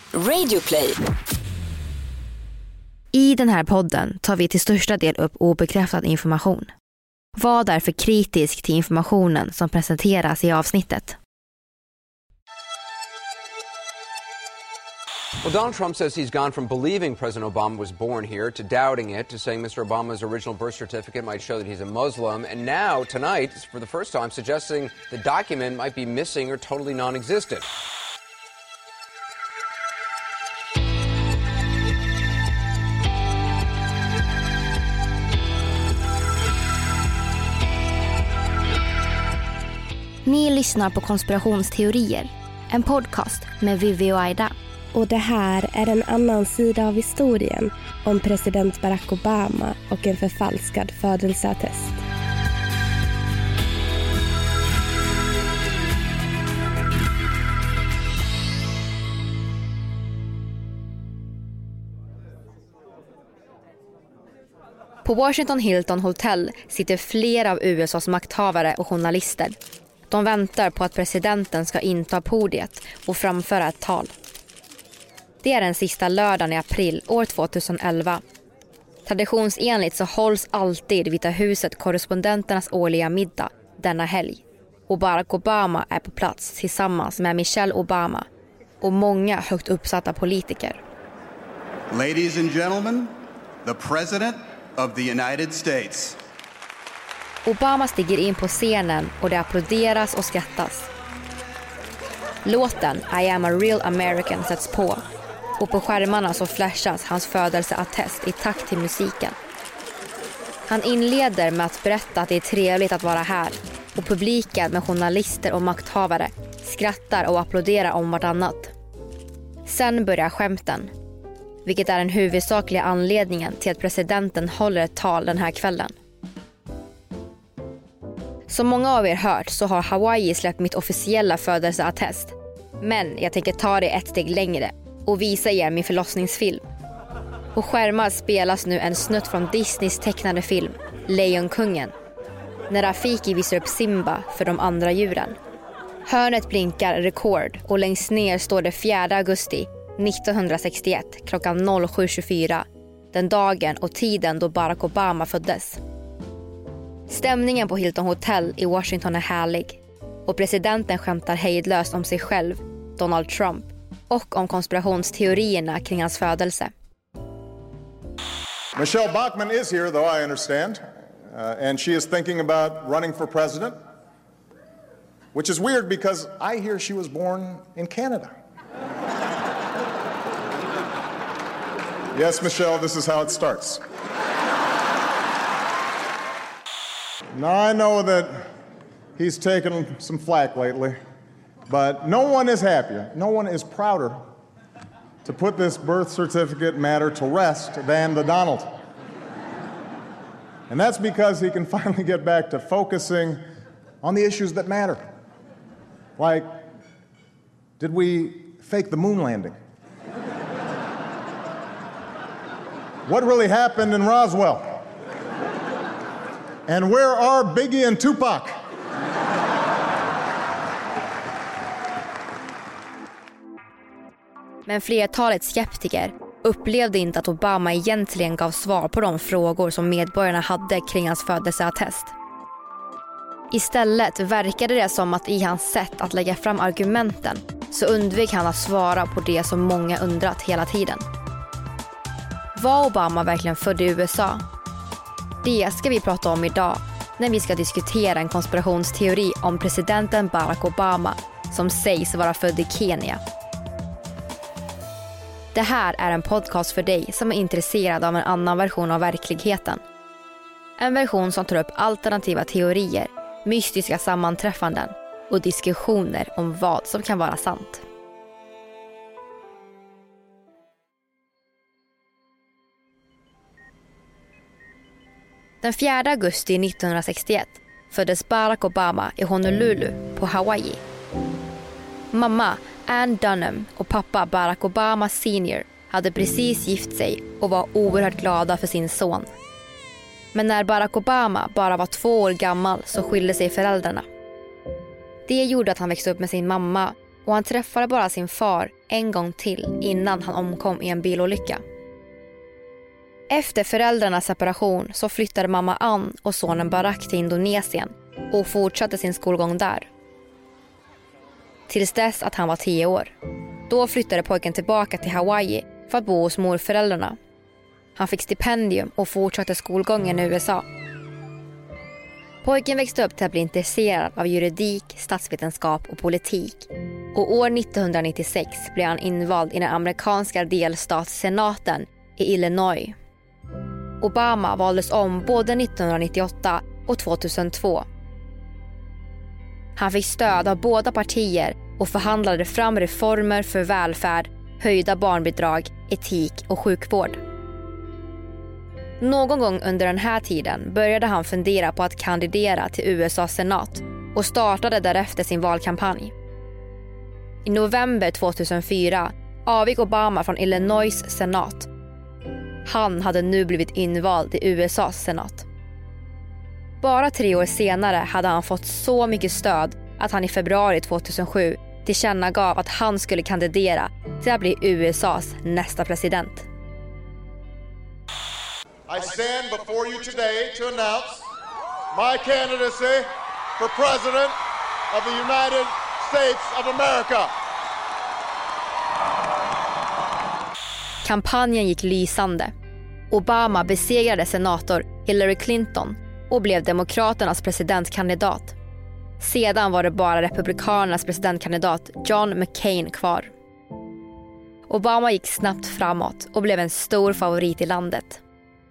Radioplay. I den här podden tar vi till största del upp obekräftad information. Var därför kritisk till informationen som presenteras i avsnittet. Well, Donald Trump says he's gone from believing President Obama was born here to doubting it, to saying Mr. Obama's original birth certificate might show that he's a Muslim, and now, tonight, for the first time, suggesting the document might be missing or totally non-existent. Ni lyssnar på Konspirationsteorier, en podcast med Vivi och Aida. Och det här är en annan sida av historien om president Barack Obama och en förfalskad födelseattest. På Washington Hilton Hotel sitter flera av USAs makthavare och journalister. De väntar på att presidenten ska inta podiet och framföra ett tal. Det är den sista lördagen i april år 2011. Traditionsenligt så hålls alltid Vita huset korrespondenternas årliga middag denna helg. Och Barack Obama är på plats tillsammans med Michelle Obama och många högt uppsatta politiker. Ladies and gentlemen, the President of the United States. Obama stiger in på scenen och det applåderas och skrattas. Låten I am a real American sätts på och på skärmarna så flashas hans födelseattest i takt till musiken. Han inleder med att berätta att det är trevligt att vara här och publiken med journalister och makthavare skrattar och applåderar om vartannat. Sen börjar skämten, vilket är den huvudsakliga anledningen till att presidenten håller ett tal den här kvällen. Som många av er hört så har Hawaii släppt mitt officiella födelseattest. Men jag tänker ta det ett steg längre och visa er min förlossningsfilm. På skärmar spelas nu en snutt från Disneys tecknade film Lejonkungen, när Rafiki visar upp Simba för de andra djuren. Hörnet blinkar rekord och längst ner står det 4 augusti 1961 klockan 07.24, den dagen och tiden då Barack Obama föddes. Stämningen på Hilton Hotel i Washington är härlig och presidenten skämtar hejdlöst om sig själv, Donald Trump, och om konspirationsteorierna kring hans födelse. Michelle Bachmann is here, though I understand, and she is thinking about running for president, which is weird because I hear she was born in Canada. Yes, Michelle, this is how it starts. Now, I know that he's taken some flack lately, but no one is happier, no one is prouder to put this birth certificate matter to rest than the Donald. And that's because he can finally get back to focusing on the issues that matter. Like, did we fake the moon landing? What really happened in Roswell? And where are Biggie and Tupac? Men flertalet skeptiker upplevde inte att Obama egentligen gav svar på de frågor som medborgarna hade kring hans födelseattest. Istället verkade det som att i hans sätt att lägga fram argumenten så undvek han att svara på det som många undrat hela tiden. Var Obama verkligen född i USA? Det ska vi prata om idag när vi ska diskutera en konspirationsteori om presidenten Barack Obama som sägs vara född i Kenya. Det här är en podcast för dig som är intresserad av en annan version av verkligheten. En version som tar upp alternativa teorier, mystiska sammanträffanden och diskussioner om vad som kan vara sant. Den 4 augusti 1961 föddes Barack Obama i Honolulu på Hawaii. Mamma Ann Dunham och pappa Barack Obama Sr. hade precis gift sig och var oerhört glada för sin son. Men när Barack Obama bara var 2 år gammal så skilde sig föräldrarna. Det gjorde att han växte upp med sin mamma och han träffade bara sin far en gång till innan han omkom i en bilolycka. Efter föräldrarnas separation så flyttade mamma Ann och sonen Barack till Indonesien och fortsatte sin skolgång där. Tills dess att han var 10 år. Då flyttade pojken tillbaka till Hawaii för att bo hos morföräldrarna. Han fick stipendium och fortsatte skolgången i USA. Pojken växte upp till att bli intresserad av juridik, statsvetenskap och politik. Och år 1996 blev han invald i den amerikanska delstatssenaten i Illinois. Obama valdes om både 1998 och 2002. Han fick stöd av båda partier och förhandlade fram reformer för välfärd, höjda barnbidrag, etik och sjukvård. Någon gång under den här tiden började han fundera på att kandidera till USAs senat och startade därefter sin valkampanj. I november 2004 avgick Obama från Illinois senat. Han hade nu blivit invald i USAs senat. Bara 3 år senare hade han fått så mycket stöd att han i februari 2007 tillkännagav att han skulle kandidera till att bli USAs nästa president. I stand before you today to announce my candidacy for President of the United States of America. Kampanjen gick lysande. Obama besegrade senator Hillary Clinton och blev demokraternas presidentkandidat. Sedan var det bara republikanernas presidentkandidat John McCain kvar. Obama gick snabbt framåt och blev en stor favorit i landet.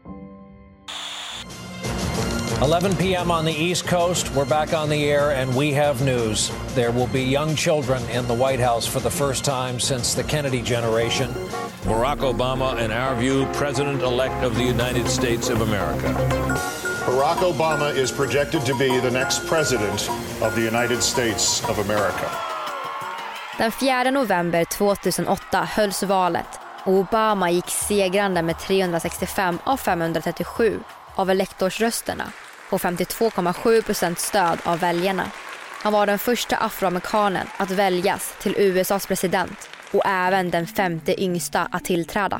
11 p.m. on the East Coast. We're back on the air and we have news. There will be young children in the White House for the first time since the Kennedy generation. Barack Obama, in our view, President-elect of the United States of America. Barack Obama is projected to be the next president of the United States of America. Den 4 november 2008 hölls valet och Obama gick segrande med 365 av 537 av elektorsrösterna och 52,7% stöd av väljarna. Han var den första afroamerikanen att väljas till USAs president och även den 5:e yngsta att tillträda.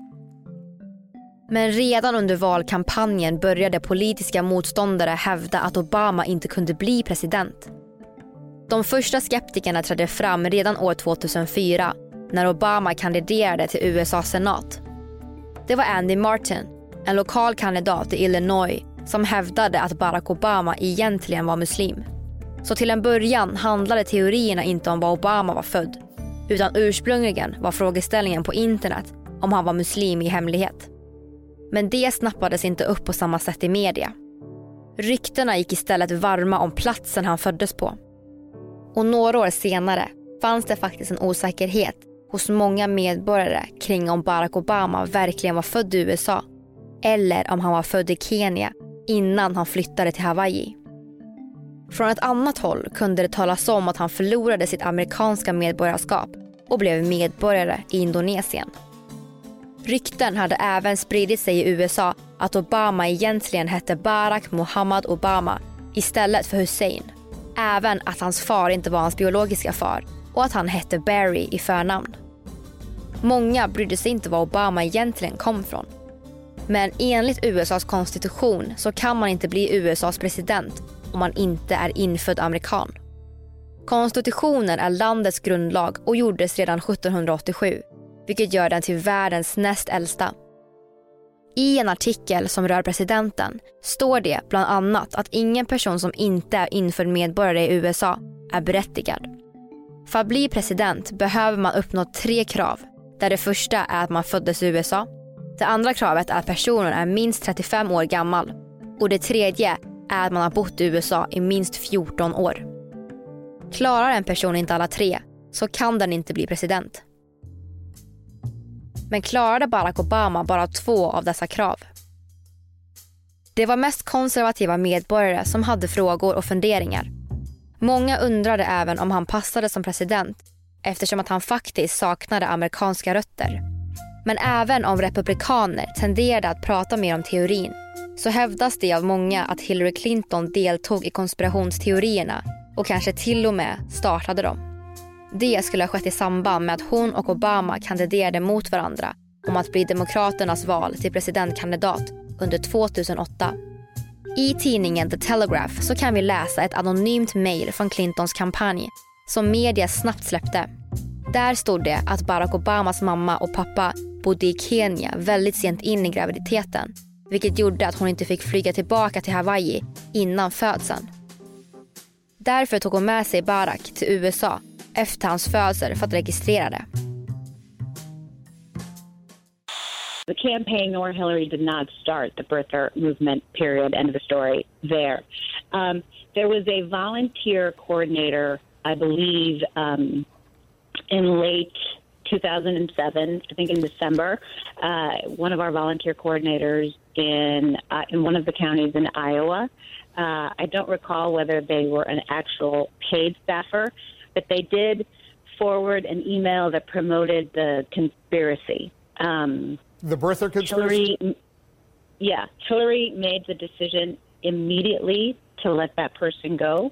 Men redan under valkampanjen började politiska motståndare hävda att Obama inte kunde bli president. De första skeptikerna trädde fram redan år 2004 när Obama kandiderade till USAs senat. Det var Andy Martin, en lokal kandidat i Illinois, som hävdade att Barack Obama egentligen var muslim. Så till en början handlade teorierna inte om var Obama var född, utan ursprungligen var frågeställningen på internet om han var muslim i hemlighet. Men det snappades inte upp på samma sätt i media. Ryktena gick istället varma om platsen han föddes på. Och några år senare fanns det faktiskt en osäkerhet hos många medborgare kring om Barack Obama verkligen var född i USA eller om han var född i Kenya innan han flyttade till Hawaii. Från ett annat håll kunde det talas om att han förlorade sitt amerikanska medborgarskap och blev medborgare i Indonesien. Rykten hade även spridit sig i USA att Obama egentligen hette Barack Muhammad Obama istället för Hussein. Även att hans far inte var hans biologiska far och att han hette Barry i förnamn. Många brydde sig inte var Obama egentligen kom från. Men enligt USAs konstitution så kan man inte bli USAs president om man inte är infödd amerikan. Konstitutionen är landets grundlag och gjordes redan 1787, vilket gör den till världens näst äldsta. I en artikel som rör presidenten står det bland annat att ingen person som inte är infödd medborgare i USA är berättigad. För att bli president behöver man uppnå 3 krav, där det första är att man föddes i USA. Det andra kravet är att personen är minst 35 år gammal och det tredje är att man har bott i USA i minst 14 år. Klarar en person inte alla 3 så kan den inte bli president. Men klarade Barack Obama bara 2 av dessa krav? Det var mest konservativa medborgare som hade frågor och funderingar. Många undrade även om han passade som president eftersom att han faktiskt saknade amerikanska rötter. Men även om republikaner tenderade att prata mer om teorin så hävdas det av många att Hillary Clinton deltog i konspirationsteorierna och kanske till och med startade dem. Det skulle ha skett i samband med att hon och Obama kandiderade mot varandra om att bli demokraternas val till presidentkandidat under 2008. I tidningen The Telegraph så kan vi läsa ett anonymt mejl från Clintons kampanj som media snabbt släppte. Där stod det att Barack Obamas mamma och pappa bodde i Kenya väldigt sent in i graviditeten, vilket gjorde att hon inte fick flyga tillbaka till Hawaii innan födseln. Därför tog hon med sig Barack till USA efter hans födsel för att registrera det. The campaign nor Hillary did not start the birther movement, period, end of the story there. There was a volunteer coordinator, I believe, in late 2007, I think in December, one of our volunteer coordinators in one of the counties in Iowa. I don't recall whether they were an actual paid staffer, but they did forward an email that promoted the conspiracy. The birther conspiracy? Hillary made the decision immediately to let that person go.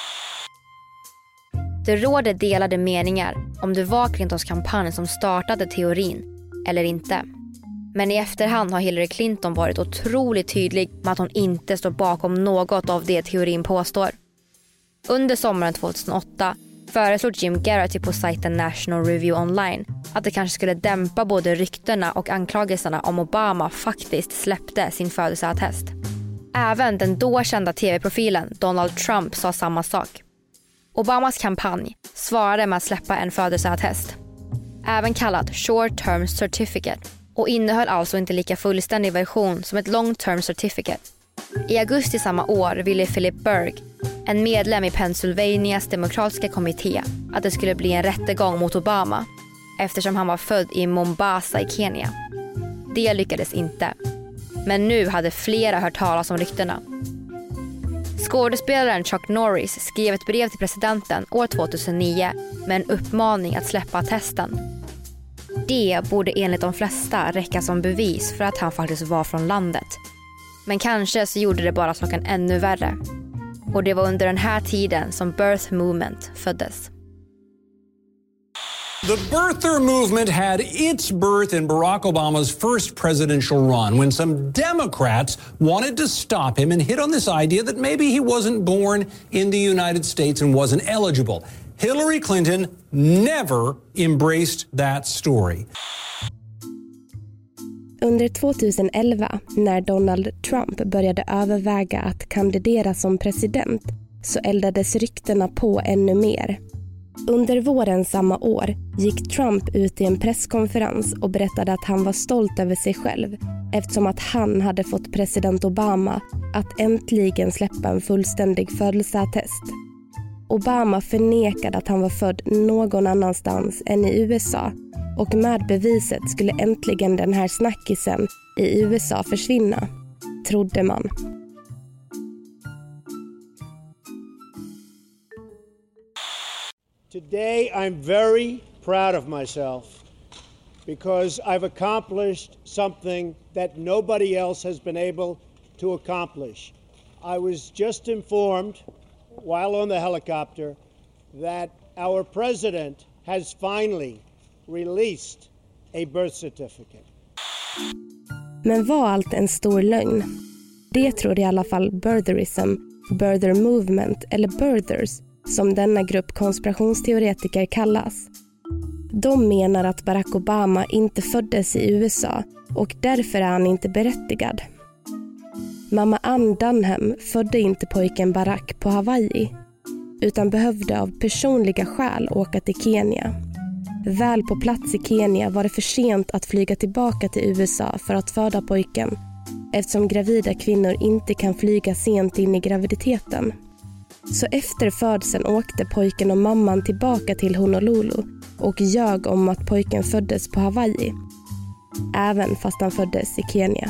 Det råder delade meningar om det var Clintons kampanj som startade teorin eller inte. Men i efterhand har Hillary Clinton varit otroligt tydlig med att hon inte står bakom något av det teorin påstår. Under sommaren 2008 föreslog Jim Garrity på sajten National Review Online att det kanske skulle dämpa både ryktena och anklagelserna om Obama faktiskt släppte sin födelseattest. Även den då kända tv-profilen Donald Trump sa samma sak. Obamas kampanj svarade med att släppa en födelseattest, även kallad Short Term Certificate, och innehöll alltså inte lika fullständig version som ett Long Term Certificate. I augusti samma år ville Philip Berg, en medlem i Pennsylvanias demokratiska kommitté, att det skulle bli en rättegång mot Obama eftersom han var född i Mombasa i Kenya. Det lyckades inte. Men nu hade flera hört talas om ryktena. Skådespelaren Chuck Norris skrev ett brev till presidenten år 2009 med en uppmaning att släppa attesten. Det borde enligt de flesta räcka som bevis för att han faktiskt var från landet. Men kanske så gjorde det bara saken ännu värre. Och det var under den här tiden som birth movement föddes. The birther movement had its birth in Barack Obama's first presidential run when some Democrats wanted to stop him and hit on this idea that maybe he wasn't born in the United States and wasn't eligible. Hillary Clinton never embraced that story. Under 2011, när Donald Trump började överväga att kandidera som president, så eldades ryktena på ännu mer. Under våren samma år gick Trump ut i en presskonferens och berättade att han var stolt över sig själv eftersom att han hade fått president Obama att äntligen släppa en fullständig födelseattest. Obama förnekade att han var född någon annanstans än i USA, och med beviset skulle äntligen den här snackisen i USA försvinna, trodde man. Today I'm very proud of myself because I've accomplished something that nobody else has been able to accomplish. I was just informed while on the helicopter that our president has finally released a birth certificate. Men var allt en stor lögn? Det tror i alla fall birtherism, birther movement eller birthers, som denna grupp konspirationsteoretiker kallas. De menar att Barack Obama inte föddes i USA och därför är han inte berättigad. Mamma Ann Dunham födde inte pojken Barack på Hawaii utan behövde av personliga skäl åka till Kenya. Väl på plats i Kenya var det för sent att flyga tillbaka till USA för att föda pojken, eftersom gravida kvinnor inte kan flyga sent in i graviditeten. Så efter födseln åkte pojken och mamman tillbaka till Honolulu och ljög om att pojken föddes på Hawaii, även fast han föddes i Kenya.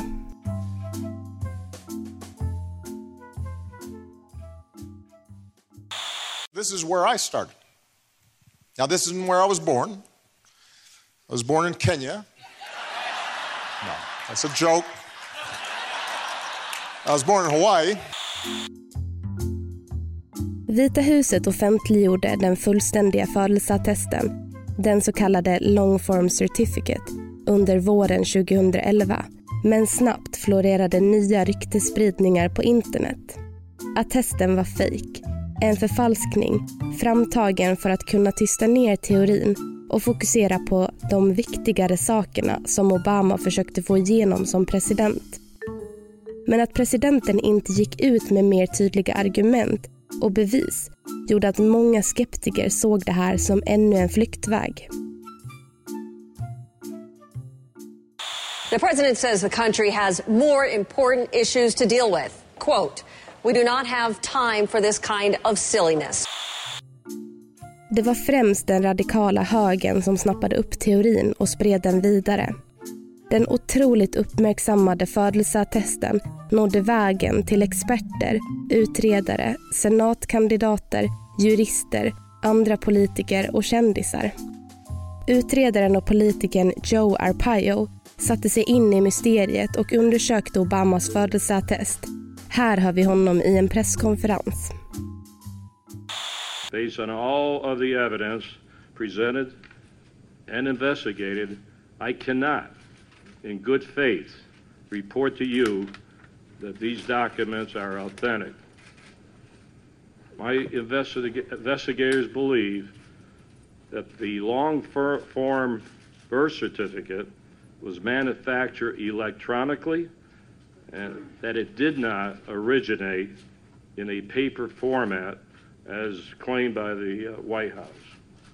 This is where I started. Now, this isn't where I was born. I was born in Kenya. No, that's a joke. I was born in Hawaii. Vita huset offentliggjorde den fullständiga födelseattesten, den så kallade long form certificate, under våren 2011. Men snabbt florerade nya ryktesspridningar på internet. Attesten var fake, en förfalskning, framtagen för att kunna tysta ner teorin och fokusera på de viktigare sakerna som Obama försökte få igenom som president. Men att presidenten inte gick ut med mer tydliga argument och bevis gjorde att många skeptiker såg det här som ännu en flyktväg. The president says the country has more important issues to deal with. Quote, "We do not have time for this kind of silliness." Det var främst den radikala högern som snappade upp teorin och spred den vidare. Den otroligt uppmärksammade födelseattesten nådde vägen till experter, utredare, senatkandidater, jurister, andra politiker och kändisar. Utredaren och politikern Joe Arpaio satte sig in i mysteriet och undersökte Obamas födelseattest. Här har vi honom i en presskonferens. Based on all of the evidence presented and investigated, I cannot, in good faith, report to you that these documents are authentic. My investigators believe that the long-form birth certificate was manufactured electronically and that it did not originate in a paper format as claimed by the White House.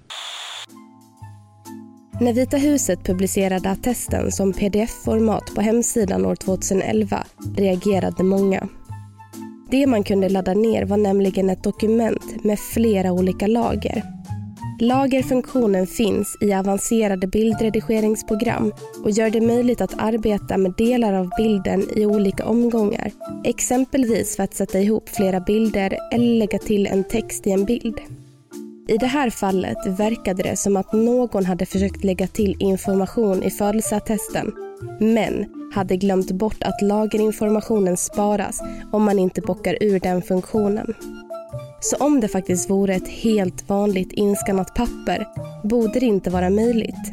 När Vita huset publicerade attesten som pdf-format på hemsidan år 2011 reagerade många. Det man kunde ladda ner var nämligen ett dokument med flera olika lager. Lagerfunktionen finns i avancerade bildredigeringsprogram och gör det möjligt att arbeta med delar av bilden i olika omgångar. Exempelvis för att sätta ihop flera bilder eller lägga till en text i en bild. I det här fallet verkade det som att någon hade försökt lägga till information i födelseattesten, men hade glömt bort att lagerinformationen sparas om man inte bockar ur den funktionen. Så om det faktiskt vore ett helt vanligt inskannat papper borde det inte vara möjligt.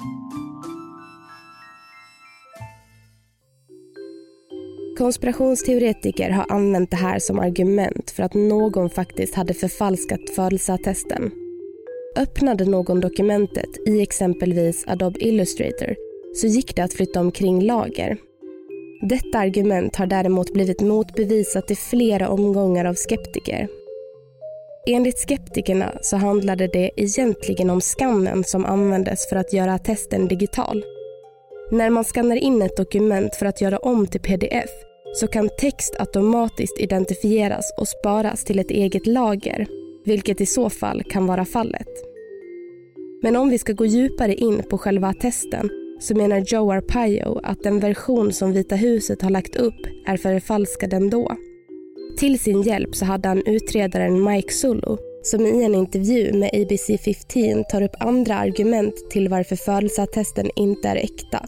Konspirationsteoretiker har använt det här som argument för att någon faktiskt hade förfalskat födelseattesten. Öppnade någon dokumentet i exempelvis Adobe Illustrator så gick det att flytta omkring lager. Detta argument har däremot blivit motbevisat i flera omgångar av skeptiker. Enligt skeptikerna så handlade det egentligen om skannen som användes för att göra attesten digital. När man skannar in ett dokument för att göra om till pdf så kan text automatiskt identifieras och sparas till ett eget lager, vilket i så fall kan vara fallet. Men om vi ska gå djupare in på själva attesten så menar Joe Arpaio att den version som Vita huset har lagt upp är förfalskad ändå. Till sin hjälp så hade han utredaren Mike Zullo som i en intervju med ABC-15 tar upp andra argument till varför födelseattesten inte är äkta.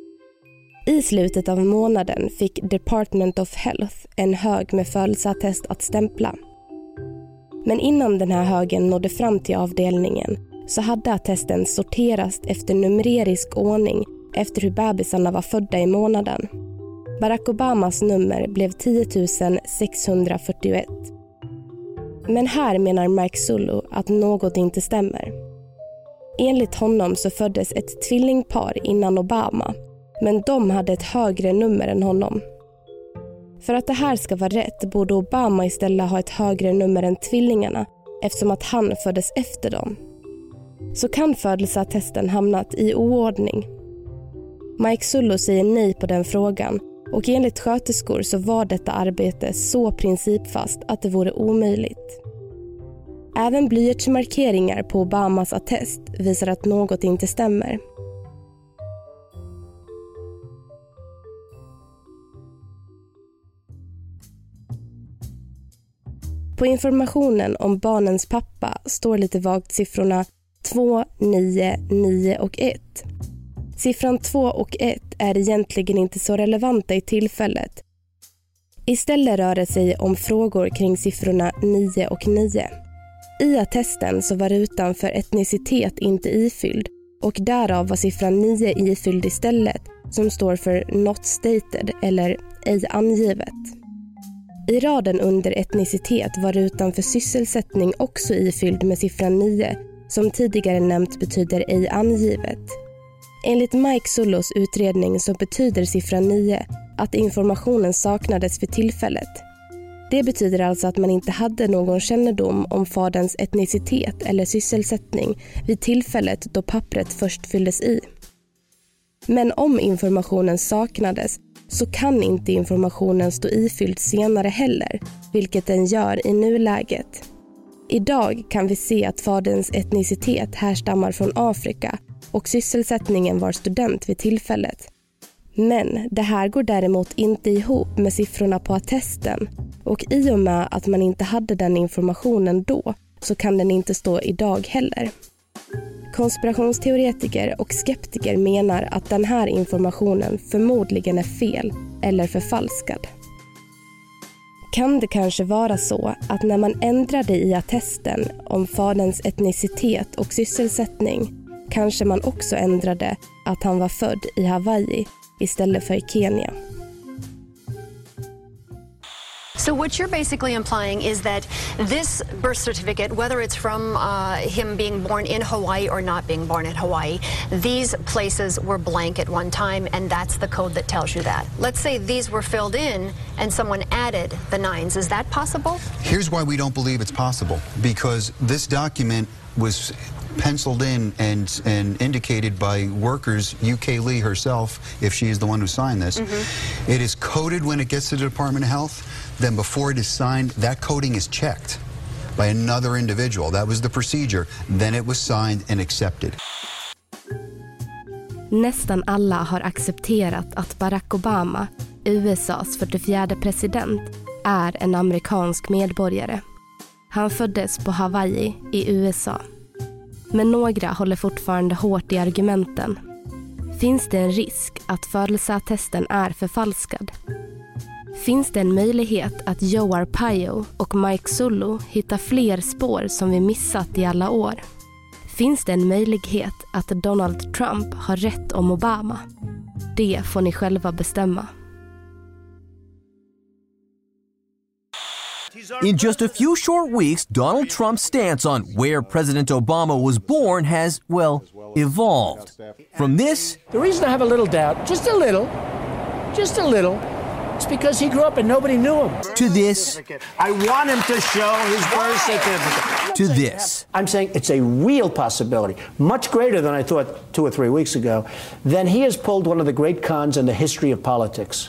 I slutet av månaden fick Department of Health en hög med födelseattest att stämpla. Men innan den här högen nådde fram till avdelningen så hade attesten sorterats efter numerisk ordning efter hur bebisarna var födda i månaden. Barack Obamas nummer blev 10 641. Men här menar Mike Zullo att något inte stämmer. Enligt honom så föddes ett tvillingpar innan Obama, men de hade ett högre nummer än honom. För att det här ska vara rätt borde Obama istället ha ett högre nummer än tvillingarna eftersom att han föddes efter dem. Så kan födelseattesten hamnat i oordning. Mike Zullo säger nej på den frågan och enligt sköterskor så var detta arbete så principfast att det vore omöjligt. Även blyertsmarkeringar på Obamas attest visar att något inte stämmer. På informationen om barnens pappa står lite vagt siffrorna 2, 9, 9 och 1. Siffran 2 och 1 är egentligen inte så relevanta i tillfället. Istället rör det sig om frågor kring siffrorna 9 och 9. I attesten så var rutan för etnicitet inte ifylld och därav var siffran 9 ifylld istället, som står för not stated eller ej angivet. I raden under etnicitet var rutan för sysselsättning också ifylld med siffran 9, som tidigare nämnt betyder ej angivet. Enligt Mike Zullos utredning så betyder siffran 9 att informationen saknades för tillfället. Det betyder alltså att man inte hade någon kännedom om faderns etnicitet eller sysselsättning vid tillfället då pappret först fylldes i. Men om informationen saknades så kan inte informationen stå ifylld senare heller, vilket den gör i nuläget. Idag kan vi se att faderns etnicitet härstammar från Afrika och sysselsättningen var student vid tillfället. Men det här går däremot inte ihop med siffrorna på attesten, och i och med att man inte hade den informationen då så kan den inte stå idag heller. Konspirationsteoretiker och skeptiker menar att den här informationen förmodligen är fel eller förfalskad. Kan det kanske vara så att när man ändrade i attesten om faderns etnicitet och sysselsättning kanske man också ändrade att han var född i Hawaii istället för i Kenya? So what you're basically implying is that this birth certificate, whether it's from him being born in Hawaii or not being born in Hawaii, these places were blank at one time, and that's the code that tells you that. Let's say these were filled in and someone added the 9s. Is that possible? Here's why we don't believe it's possible. Because this document was penciled in and indicated by workers, UK Lee herself, if she is the one who signed this. It is coded when it gets to the Department of Health. Then before it is signed, that coding is checked by another individual. That was the procedure. Then it was signed and accepted. Nästan alla har accepterat att Barack Obama, USAs 44:e president, är en amerikansk medborgare. Han föddes på Hawaii i USA. Men några håller fortfarande hårt i argumenten. Finns det en risk att födelseattesten är förfalskad? Finns det en möjlighet att Joe Arpaio och Mike Zullo hittar fler spår som vi missat i alla år? Finns det en möjlighet att Donald Trump har rätt om Obama? Det får ni själva bestämma. In just a few short weeks, Donald Trump's stance on where President Obama was born has, well, evolved. From this... The reason I have a little doubt, just a little, it's because he grew up and nobody knew him. To this... I want him to show his birth certificate. To this... I'm saying it's a real possibility, much greater than I thought 2 or 3 weeks ago. Then he has pulled one of the great cons in the history of politics.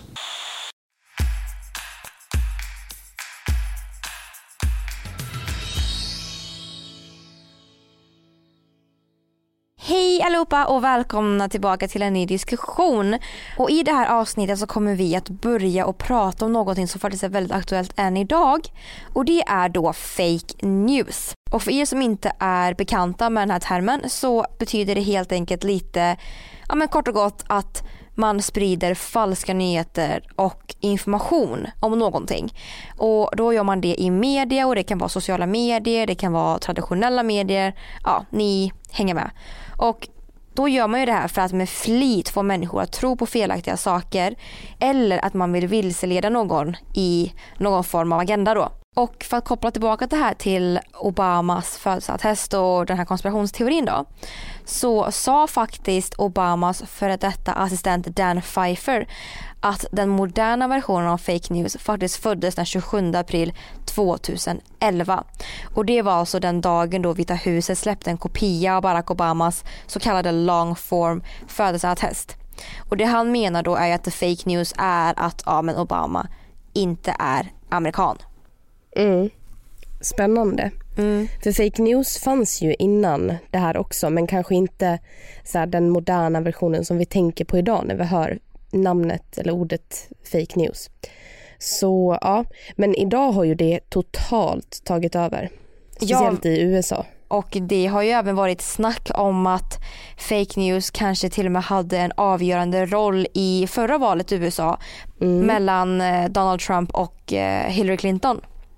Hej allihopa och välkomna tillbaka till en ny diskussion. Och i det här avsnittet så kommer vi att börja och prata om någonting som faktiskt är väldigt aktuellt än idag. Och det är då fake news. Och för er som inte är bekanta med den här termen så betyder det helt enkelt lite, ja men kort och gott att man sprider falska nyheter och information om någonting. Och då gör man det i media, och det kan vara sociala medier, det kan vara traditionella medier. Ja, ni hänger med. Och då gör man ju det här för att med flit få människor att tro på felaktiga saker, eller att man vill vilseleda någon i någon form av agenda då. Och för att koppla tillbaka det här till Obamas födelseattest och den här konspirationsteorin då, så sa faktiskt Obamas före detta assistent Dan Pfeiffer att den moderna versionen av fake news faktiskt föddes den 27 april 2011. Och det var alltså den dagen då Vita huset släppte en kopia av Barack Obamas så kallade long form födelseattest. Och det han menar då är att fake news är att men Obama inte är amerikan. Spännande. För fake news fanns ju innan det här också, men kanske inte så här, den moderna versionen som vi tänker på idag när vi hör namnet eller ordet fake news. Så ja, men idag har ju det totalt tagit över. Speciellt i USA. Och det har ju även varit snack om att fake news kanske till och med hade en avgörande roll i förra valet i USA mellan Donald Trump och Hillary Clinton.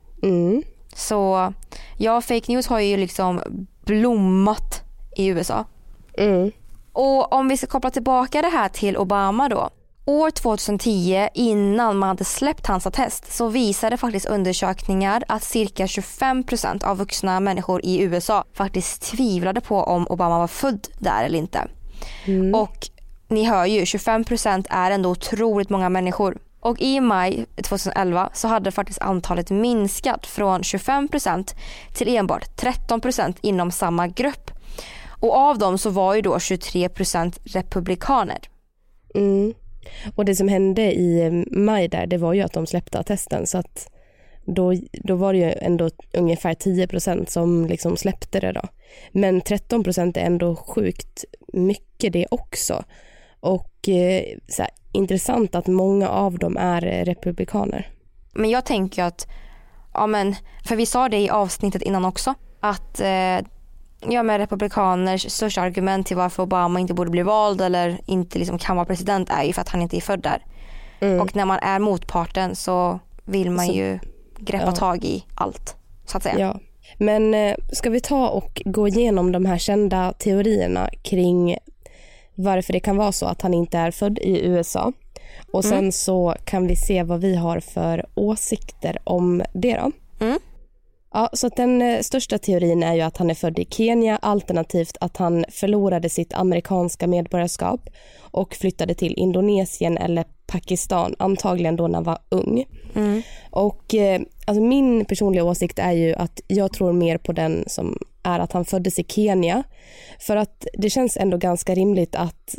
Så ja, fake news har ju liksom blommat i USA. Och om vi ska koppla tillbaka det här till Obama då. År 2010, innan man hade släppt hans attest, så visade faktiskt undersökningar att cirka 25% av vuxna människor i USA faktiskt tvivlade på om Obama var född där eller inte. Och ni hör ju, 25% är ändå otroligt många människor. Och i maj 2011 så hade faktiskt antalet minskat från 25% till enbart 13% inom samma grupp. Och av dem så var ju då 23% republikaner. Och det som hände i maj där, det var ju att de släppte attesten, så att då var det ju ändå ungefär 10% som liksom släppte det då. Men 13% är ändå sjukt mycket det också. Och så här, intressant att många av dem är republikaner. Men jag tänker att, ja men, för vi sa det i avsnittet innan också, att men republikaners största argument till varför Obama inte borde bli vald eller inte liksom kan vara president är ju för att han inte är född där. Och när man är motparten så vill man ju greppa tag i allt, så att säga. Ja. Men ska vi ta och gå igenom de här kända teorierna kring varför det kan vara så att han inte är född i USA. Och sen så kan vi se vad vi har för åsikter om det då. Ja, så att den största teorin är ju att han är född i Kenya, alternativt att han förlorade sitt amerikanska medborgarskap och flyttade till Indonesien eller Pakistan, antagligen då när han var ung. Och alltså min personliga åsikt är ju att jag tror mer på den som är att han föddes i Kenya, för att det känns ändå ganska rimligt att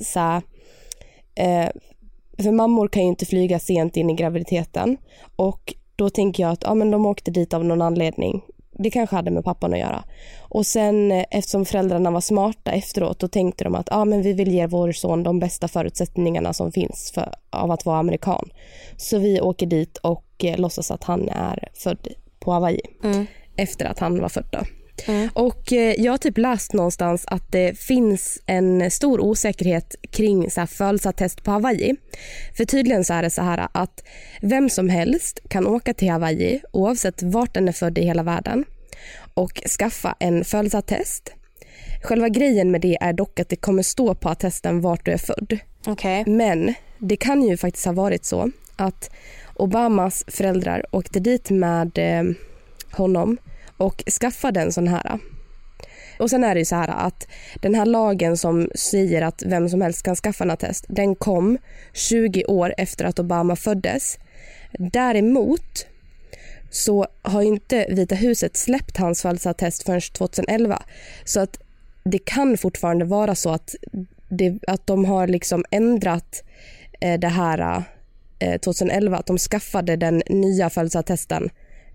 för mammor kan ju inte flyga sent in i graviditeten, och då tänker jag att men de åkte dit av någon anledning. Det kanske hade med pappan att göra. Och sen eftersom föräldrarna var smarta efteråt, då tänkte de att men vi vill ge vår son de bästa förutsättningarna som finns av att vara amerikan. Så vi åker dit och låtsas att han är född på Hawaii efter att han var född då. Och jag har typ läst någonstans att det finns en stor osäkerhet kring så här födelseattest på Hawaii. För tydligen så är det så här att vem som helst kan åka till Hawaii oavsett vart den är född i hela världen och skaffa en födelseattest. Själva grejen med det är dock att det kommer stå på attesten vart du är född. Men det kan ju faktiskt ha varit så att Obamas föräldrar åkte dit med honom och skaffade en sån här. Och sen är det ju så här att den här lagen som säger att vem som helst kan skaffa en attest, den kom 20 år efter att Obama föddes. Däremot så har inte Vita huset släppt hans födelseattest förrän 2011. Så att det kan fortfarande vara så att de har liksom ändrat det här 2011, att de skaffade den nya födelseattesten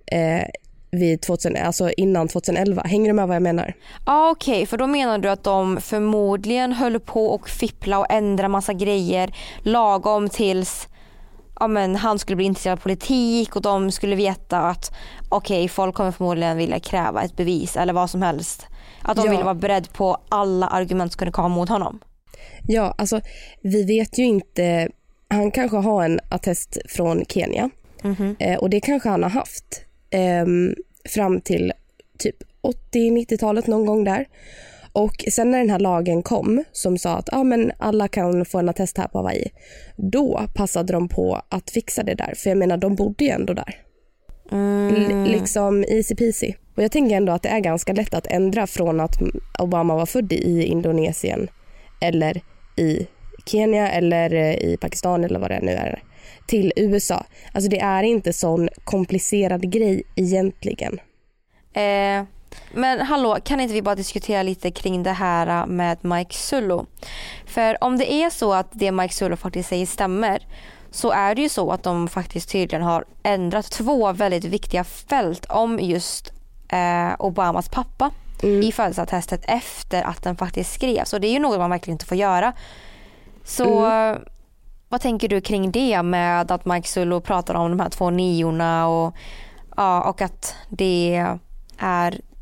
alltså innan 2011. Hänger du med vad jag menar? Ja, okej. För då menar du att de förmodligen höll på och fippla och ändra massa grejer lagom tills han skulle bli intresserad av politik, och de skulle veta att folk kommer förmodligen vilja kräva ett bevis eller vad som helst. Att de ville vara beredd på alla argument som kunde komma mot honom. Ja, alltså vi vet ju inte. Han kanske har en attest från Kenya. Och det kanske han har haft fram till typ 80-90-talet någon gång där. Och sen när den här lagen kom som sa att alla kan få en attest här på Hawaii, då passade de på att fixa det där. För jag menar, de bodde ju ändå där. Liksom easy peasy. Och jag tänker ändå att det är ganska lätt att ändra från att Obama var född i Indonesien eller i Kenya eller i Pakistan eller vad det nu är, till USA. Alltså det är inte sån komplicerad grej egentligen. Men hallå, kan inte vi bara diskutera lite kring det här med Mike Zullo? För om det är så att det Mike Zullo faktiskt säger stämmer, så är det ju så att de faktiskt tydligen har ändrat 2 väldigt viktiga fält om just Obamas pappa i födelseattestet efter att den faktiskt skrevs. Och det är ju något man verkligen inte får göra. Så vad tänker du kring det med att Mike Zullo pratar om de här 2 niorna och att det är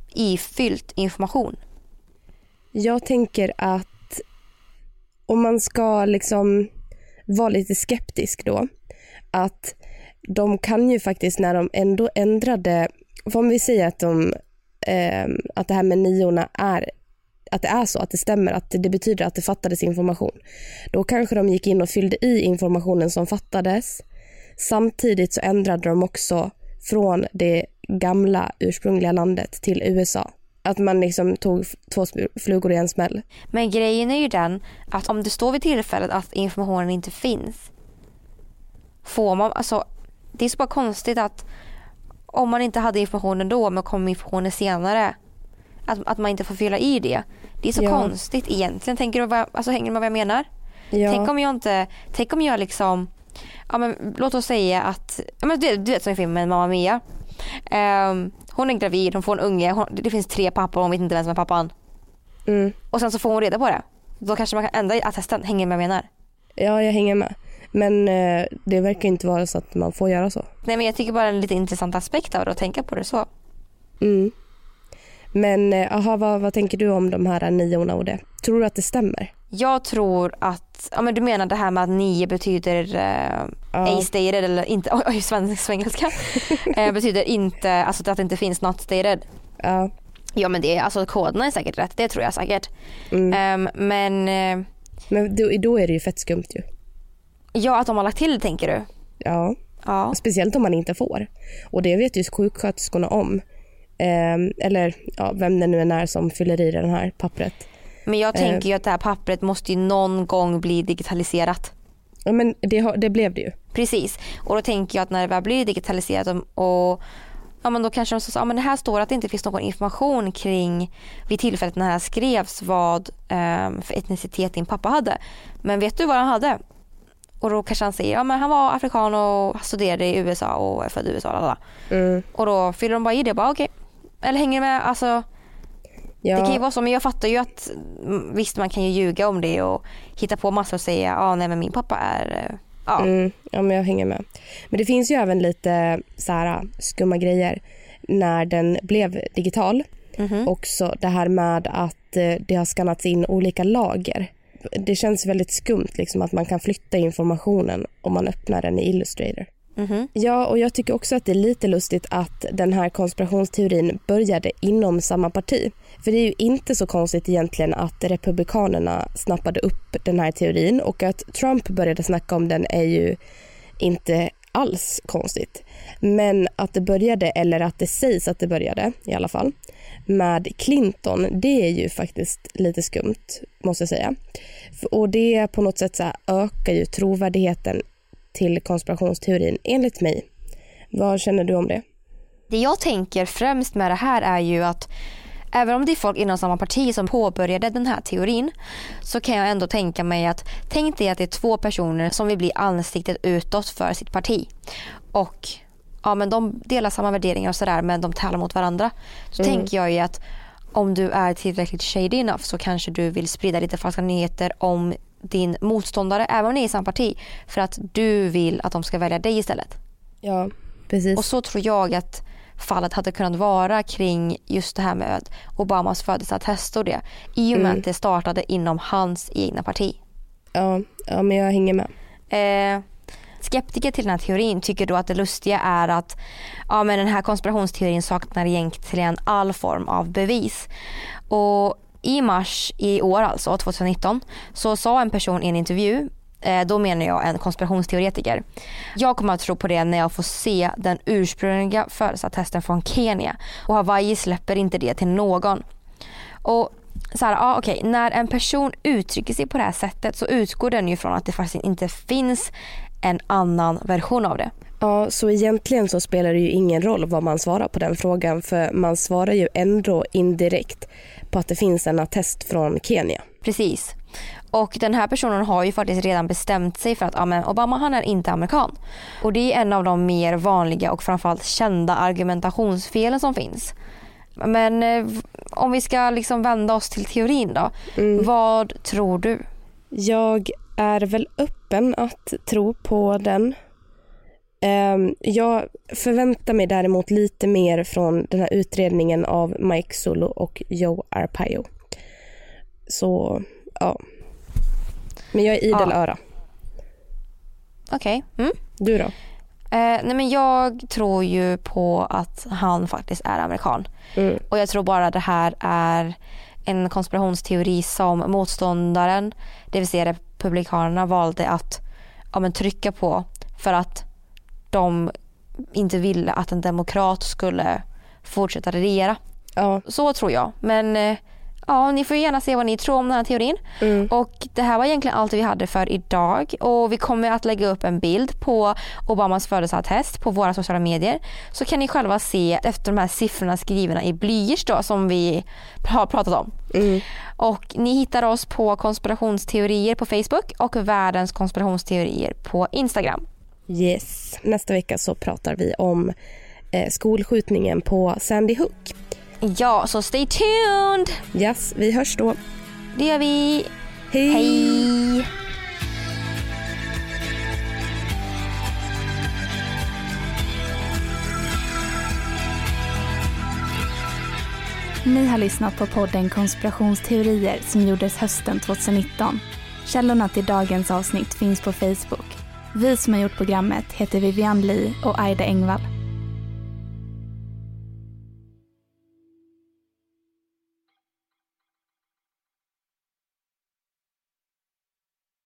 ifyllt information. Jag tänker att om man ska liksom vara lite skeptisk då, att de kan ju faktiskt när de ändå ändrade, om vi säger att det här med 9 är att det är så, att det stämmer, att det betyder att det fattades information. Då kanske de gick in och fyllde i informationen som fattades. Samtidigt så ändrade de också från det gamla ursprungliga landet till USA. Att man liksom tog 2 flugor i en smäll. Men grejen är ju den att om det står vid tillfället att informationen inte finns, får man, alltså det är så bara konstigt att om man inte hade informationen då men kom informationen senare, att man inte får fylla i det. Det är så konstigt egentligen. Hänger du med vad jag menar? Ja. Tänk om jag liksom, ja men låt oss säga att, ja men du vet som i filmen Mamma Mia. Hon är gravid, hon får en unge, det finns 3 pappor och hon vet inte vem som är pappan. Och sen så får hon reda på det. Då kanske man kan ändra i attesten. Hänger med vad jag menar? Ja, jag hänger med. Men det verkar inte vara så att man får göra så. Nej, men jag tycker bara en lite intressant aspekt av det att tänka på det så. Men vad tänker du om de här 9 och det? Tror du att det stämmer? Jag tror att, ja men du menar det här med att 9 betyder A-stated eller inte, svengelska betyder inte, alltså att det inte finns not stated. Ja men det är, alltså koderna är säkert rätt, det tror jag säkert. Men då är det ju fett skumt ju. Ja, att de har lagt till, tänker du? Ja. Speciellt om man inte får. Och det vet ju sjuksköterskorna om. Eller vem det nu är som fyller i den här pappret. Men jag tänker ju att det här pappret måste ju någon gång bli digitaliserat. Ja, men det blev det ju. Precis. Och då tänker jag att när det väl blir digitaliserat och ja, men då kanske de sa, men det här står att det inte finns någon information kring vid tillfället när det här skrevs vad för etnicitet din pappa hade. Men vet du vad han hade? Och då kanske han säger, ja men han var afrikan och studerade i USA och är född i USA. Och då fyller de bara i det, bara okej. Eller hänger med, alltså det kan ju vara så, men jag fattar ju att visst man kan ju ljuga om det och hitta på massor och säga, nej men min pappa är ja men jag hänger med. Men det finns ju även lite så här skumma grejer när den blev digital. Också det här med att det har skannats in olika lager. Det känns väldigt skumt liksom att man kan flytta informationen om man öppnar den i Illustrator. Ja, och jag tycker också att det är lite lustigt att den här konspirationsteorin började inom samma parti. För det är ju inte så konstigt egentligen att republikanerna snappade upp den här teorin, och att Trump började snacka om den är ju inte alls konstigt. Men att det började, eller att det sägs att det började i alla fall, med Clinton, det är ju faktiskt lite skumt, måste jag säga. Och det på något sätt så här ökar ju trovärdigheten till konspirationsteorin enligt mig. Vad känner du om det? Det jag tänker främst med det här är ju att även om det är folk inom samma parti som påbörjade den här teorin, så kan jag ändå tänka mig att tänk dig att det är 2 personer som vill bli ansiktet utåt för sitt parti. Och ja, men de delar samma värderingar och sådär, men de talar mot varandra. Så tänker jag ju att om du är tillräckligt shady enough så kanske du vill sprida lite falska nyheter om din motståndare, även om ni är i samma parti, för att du vill att de ska välja dig istället. Ja, precis. Och så tror jag att fallet hade kunnat vara kring just det här med Obamas födelseattest och det, i och med att det startade inom hans egna parti. Ja, men jag hänger med. Skeptiker till den här teorin tycker då att det lustiga är att men den här konspirationsteorin saknar egentligen all form av bevis. Och i mars i år, alltså 2019, så sa en person i en intervju, då menar jag en konspirationsteoretiker, jag kommer att tro på det när jag får se den ursprungliga födelseattesten från Kenya, och Hawaii släpper inte det till någon. Och så här, okej, när en person uttrycker sig på det här sättet så utgår den ju från att det faktiskt inte finns en annan version av det. Ja, så egentligen så spelar det ju ingen roll vad man svarar på den frågan, för man svarar ju ändå indirekt på att det finns en attest från Kenya. Precis. Och den här personen har ju faktiskt redan bestämt sig för att Obama, han är inte amerikan. Och det är en av de mer vanliga och framförallt kända argumentationsfelen som finns. Men om vi ska liksom vända oss till teorin då. Vad tror du? Jag är väl öppen att tro på den. Jag förväntar mig däremot lite mer från den här utredningen av Mike Zullo och Joe Arpaio. Så, ja. Men jag är idel öra. Okej. Mm. Du då? Nej, men jag tror ju på att han faktiskt är amerikan. Och jag tror bara det här är en konspirationsteori som motståndaren, det vill säga republikanerna, valde att trycka på för att de inte ville att en demokrat skulle fortsätta regera. Ja. Så tror jag. Men ni får gärna se vad ni tror om den här teorin. Och det här var egentligen allt vi hade för idag. Och vi kommer att lägga upp en bild på Obamas födelseattest på våra sociala medier. Så kan ni själva se efter de här siffrorna skrivna i blyerts då, som vi har pratat om. Och ni hittar oss på konspirationsteorier på Facebook och världens konspirationsteorier på Instagram. Yes. Nästa vecka så pratar vi om skolskjutningen på Sandy Hook. Ja, så stay tuned! Yes, vi hörs då. Det gör vi. Hej! Hej! Ni har lyssnat på podden Konspirationsteorier som gjordes hösten 2019. Källorna till dagens avsnitt finns på Facebook. Vi som har gjort programmet heter Vivian Lee och Aida Engvall.